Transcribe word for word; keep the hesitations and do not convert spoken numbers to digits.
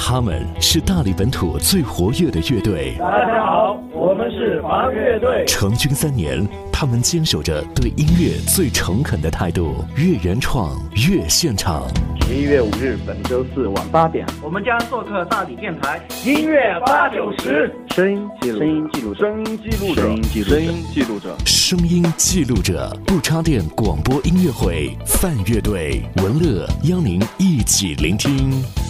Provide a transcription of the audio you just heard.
他们是大理本土最活跃的乐队。 大家好，我们是房乐队。 成军三年，他们坚守着对音乐最诚恳的态度，越原创越现场。 十一月五日，本周四晚八点， 我们将做客大理电台，音乐八九十， 声音记录，声音记录， 声音记录者， 声音记录， 声音记录者， 声音记录者，不插电广播音乐会，泛乐队文乐邀您一起聆听。